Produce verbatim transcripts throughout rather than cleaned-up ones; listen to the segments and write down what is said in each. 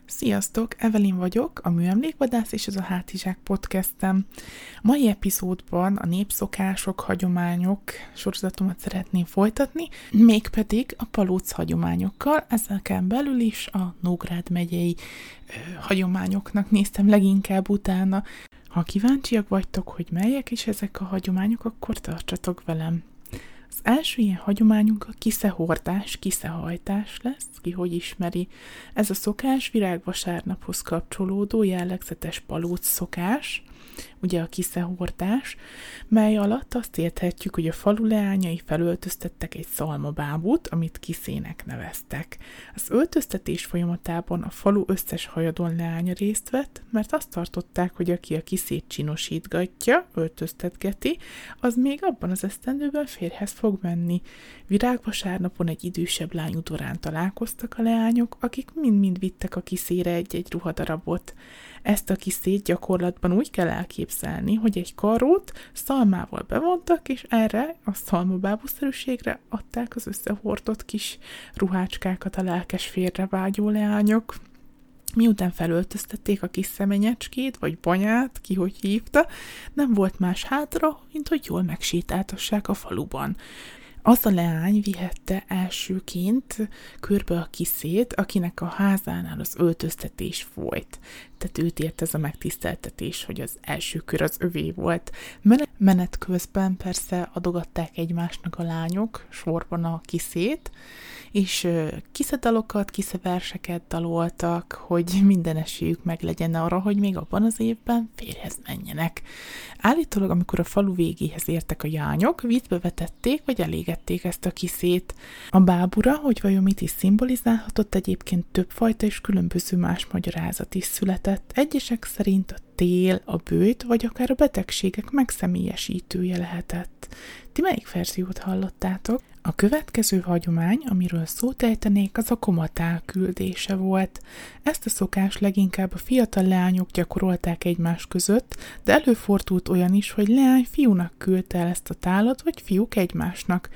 Sziasztok, Evelyn vagyok, a Műemlékvadász és ez a Hátizsák podcastem. A mai epizódban a népszokások, hagyományok sorozatomat szeretném folytatni, mégpedig a palóc hagyományokkal, ezeken belül is a Nógrád megyei ö, hagyományoknak néztem leginkább utána. Ha kíváncsiak vagytok, hogy melyek is ezek a hagyományok, akkor tartsatok velem. Az első ilyen hagyományunk a kiszehordás, kiszehajtás lesz, ki hogy ismeri. Ez a szokás virágvasárnaphoz kapcsolódó jellegzetes palóc szokás, ugye a kiszehordás, mely alatt azt érthetjük, hogy a falu leányai felöltöztettek egy szalmabábút, amit kiszének neveztek. Az öltöztetés folyamatában a falu összes hajadon leánya részt vett, mert azt tartották, hogy aki a kiszét csinosítgatja, öltöztetgeti, az még abban az esztendőben férjhez fog menni. Virágvasárnapon egy idősebb lány udvarán találkoztak a leányok, akik mind-mind vittek a kiszére egy-egy ruhadarabot. Ezt a kiszét gyakorlatban úgy kell elképzelni, hogy egy karót szalmával bevontak, és erre a szalmabábuszerűségre adták az összehordott kis ruhácskákat a lelkes férjre vágyó leányok. Miután felöltöztették a kis szemenyecskét, vagy banyát, ki hogy hívta, nem volt más hátra, mint hogy jól megsétáltassák a faluban. Az a leány vihette elsőként körbe a kiszét, akinek a házánál az öltöztetés folyt. Tehát őt ért ez a megtiszteltetés, hogy az első kör az övé volt. Menet közben persze adogatták egymásnak a lányok sorban a kiszét, és kiszedalokat, kiszeverseket daloltak, hogy minden esélyük meglegyen arra, hogy még abban az évben férjhez menjenek. Állítólag, amikor a falu végéhez értek a lányok, vízbe vetették, vagy elégették ezt a kiszét. A bábura, hogy vajon mit is szimbolizálhatott, egyébként többfajta és különböző más magyarázat is született. Egyesek szerint a tél, a bőjt, vagy akár a betegségek megszemélyesítője lehetett. Ti melyik verziót hallottátok? A következő hagyomány, amiről szót ejtenék, az a komatál küldése volt. Ezt a szokást leginkább a fiatal leányok gyakorolták egymás között, de előfordult olyan is, hogy leány fiúnak küldte el ezt a tálat, vagy fiúk egymásnak.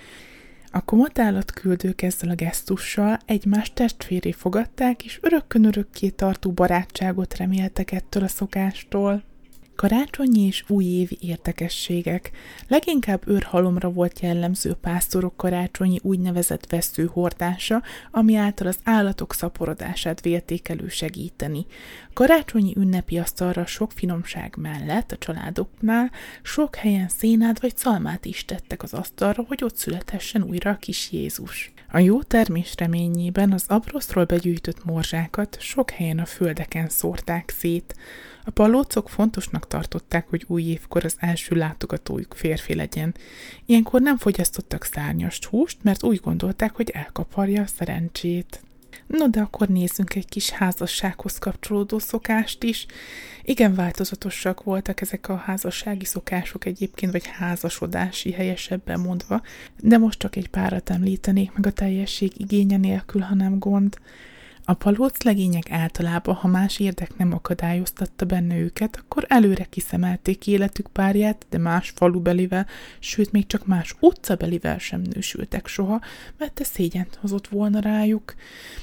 A komatálat küldők ezzel a gesztussal egymást testvéré fogadták, és örökkön örökké tartó barátságot reméltek ettől a szokástól. Karácsonyi és újévi érdekességek. Leginkább őrhalomra volt jellemző pásztorok karácsonyi úgynevezett vesszőhordása, ami által az állatok szaporodását vélték elősegíteni. Karácsonyi ünnepi asztalra sok finomság mellett a családoknál sok helyen szénát vagy szalmát is tettek az asztalra, hogy ott születhessen újra a kis Jézus. A jó termés reményében az abrosztról begyűjtött morzsákat sok helyen a földeken szórták szét. A palócok fontosnak tartották, hogy új évkor az első látogatójuk férfi legyen. Ilyenkor nem fogyasztottak szárnyast húst, mert úgy gondolták, hogy elkaparja a szerencsét. No, de akkor nézzünk egy kis házassághoz kapcsolódó szokást is. Igen, változatosak voltak ezek a házassági szokások egyébként, vagy házasodási helyesebben mondva, de most csak egy párat említenék meg a teljesség igénye nélkül, ha nem gond. A palóc legények általában, ha más érdek nem akadályoztatta benne őket, akkor előre kiszemelték életük párját, de más falubelivel, sőt még csak más utcabelivel sem nősültek soha, mert ez szégyent hozott volna rájuk.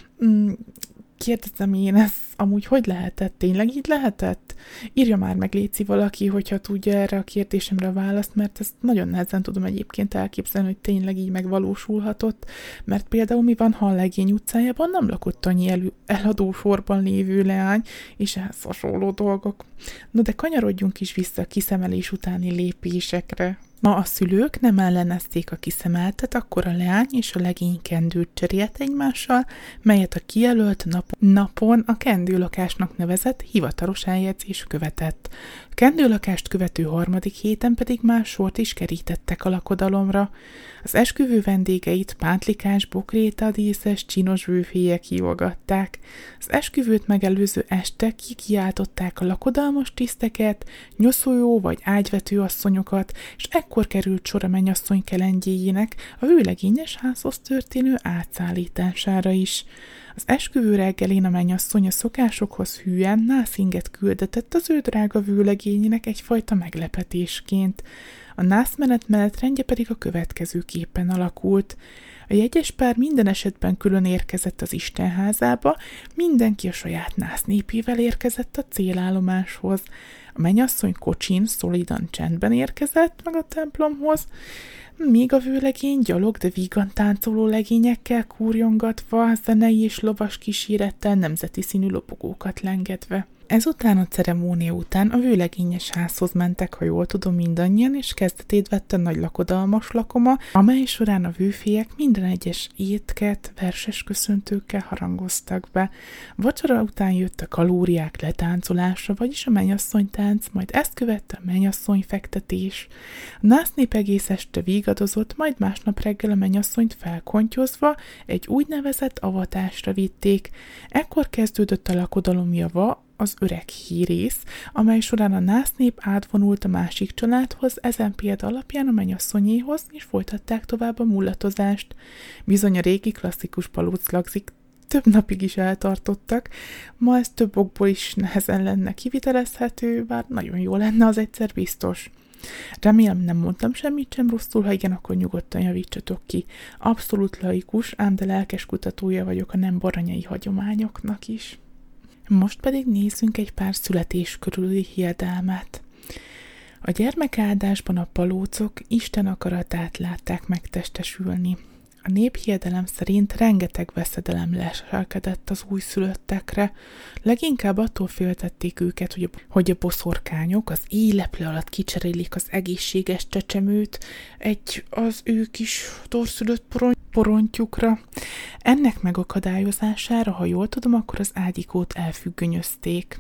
Kérdezem én, ez amúgy hogy lehetett? Tényleg így lehetett? Írja már meg, léci valaki, hogyha tudja erre a kérdésemre a választ, mert ezt nagyon nehezen tudom egyébként elképzelni, hogy tényleg így megvalósulhatott, mert például mi van, ha a Legény utcájában nem lakott annyi elő, eladó sorban lévő leány, és ehhez hasonló dolgok. No, de kanyarodjunk is vissza a kiszemelés utáni lépésekre. Ma a szülők nem ellenezték a kiszemeltet, akkor a leány és a legény kendőt cserélt egymással, melyet a kijelölt nap- napon a kendőlakásnak nevezett hivatalos eljegyzés követett. A kendőlakást követő harmadik héten pedig más sort is kerítettek a lakodalomra. Az esküvő vendégeit pántlikás, bokréta, díszes, csinos bőfélyek hívogatták. Az esküvőt megelőző este kikiáltották a lakodalmas tiszteket, nyoszójó vagy ágyvető asszonyokat, és ekkor került sor a mennyasszony kelendjéjének a vőlegényes házhoz történő átszállítására is. Az esküvő reggelén a mennyasszony a szokásokhoz hűen nászinget küldetett az ő drága vőlegényének egyfajta meglepetésként. A nászmenet menetrendje pedig a következőképpen alakult. A jegyes pár minden esetben külön érkezett az istenházába, mindenki a saját násznépével érkezett a célállomáshoz. A mennyasszony kocsin, szolidan csendben érkezett meg a templomhoz, míg a vőlegény gyalog, de vígan táncoló legényekkel kúrjongatva, zenei és lovas kísérettel nemzeti színű lobogókat lengedve. Ezután a ceremónia után a vőlegényes házhoz mentek, ha jól tudom, mindannyian, és kezdetét vette nagy lakodalmas lakoma, amely során a vőfélyek minden egyes étket verses köszöntőkkel harangoztak be. Vacsora után jött a kalóriák letáncolása, vagyis a mennyasszonytánc, majd ezt követte a mennyasszony fektetés. A násznép egész este vígadozott, majd másnap reggel a mennyasszonyt felkontyozva egy úgynevezett avatásra vitték. Ekkor kezdődött a lakodalom java, az öreg hírész, amely során a násznép átvonult a másik családhoz, ezen példa alapján a mennyasszonyéhoz, és folytatták tovább a mullatozást. Bizony a régi klasszikus palóc lagzik több napig is eltartottak, ma ez több okból is nehezen lenne kivitelezhető, bár nagyon jó lenne, az egyszer biztos. Remélem, nem mondtam semmit sem rosszul, ha igen, akkor nyugodtan javítsatok ki. Abszolút laikus, ám de lelkes kutatója vagyok a nem baranyai hagyományoknak is. Most pedig nézzünk egy pár születés körüli hiedelmet. A gyermekáldásban a palócok Isten akaratát látták megtestesülni. A néphiedelem szerint rengeteg veszedelem leselkedett az újszülöttekre. Leginkább attól féltették őket, hogy a, hogy a boszorkányok az éjleple alatt kicserélik az egészséges csecsemőt egy az ő kis torszülött porony, porontyukra. Ennek megakadályozására, ha jól tudom, akkor az ágyikót elfüggönyözték.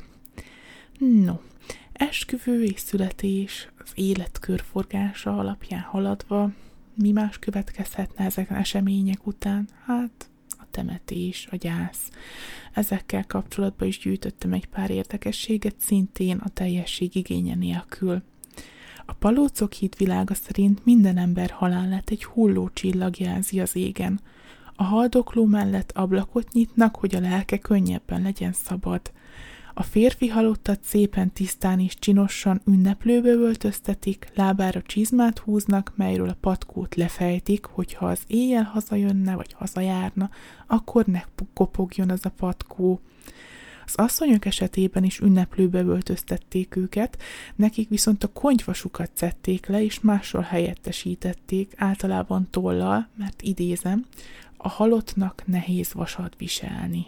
No, esküvő és születés, az élet körforgása alapján haladva, mi más következhetne ezek az események után? Hát a temetés, a gyász. Ezekkel kapcsolatban is gyűjtöttem egy pár érdekességet, szintén a teljesség igénye nélkül. A palócok hitvilága szerint minden ember halálát egy hulló csillag jelzi az égen. A haldokló mellett ablakot nyitnak, hogy a lelke könnyebben legyen szabad. A férfi halottat szépen tisztán és csinosan ünneplőbe öltöztetik, lábára csizmát húznak, melyről a patkót lefejtik, hogyha az éjjel hazajönne vagy hazajárna, akkor ne kopogjon az a patkó. Az asszonyok esetében is ünneplőbe öltöztették őket, nekik viszont a konyvasukat szedték le, és mással helyettesítették, általában tollal, mert idézem, a halottnak nehéz vasat viselni.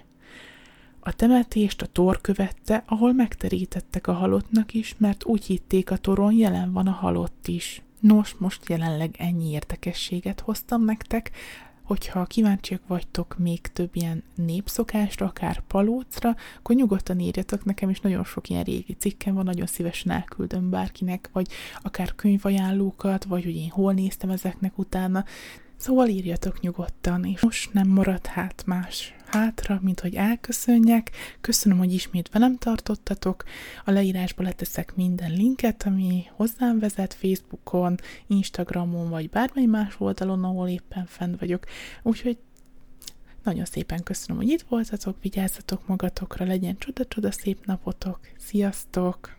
A temetést a tor követte, ahol megterítettek a halottnak is, mert úgy hitték, a toron jelen van a halott is. Nos, most jelenleg ennyi érdekességet hoztam nektek, hogyha kíváncsiak vagytok még több ilyen népszokásra, akár palócra, akkor nyugodtan írjatok nekem, és nagyon sok ilyen régi cikkem van, nagyon szívesen elküldöm bárkinek, vagy akár könyvajánlókat, vagy hogy én hol néztem ezeknek utána. Szóval írjatok nyugodtan, és most nem marad hát más hátra, mint hogy elköszönjek. Köszönöm, hogy ismét velem tartottatok. A leírásba leteszek minden linket, ami hozzám vezet Facebookon, Instagramon, vagy bármely más oldalon, ahol éppen fent vagyok. Úgyhogy nagyon szépen köszönöm, hogy itt voltatok, vigyázzatok magatokra, legyen csoda-csoda szép napotok. Sziasztok!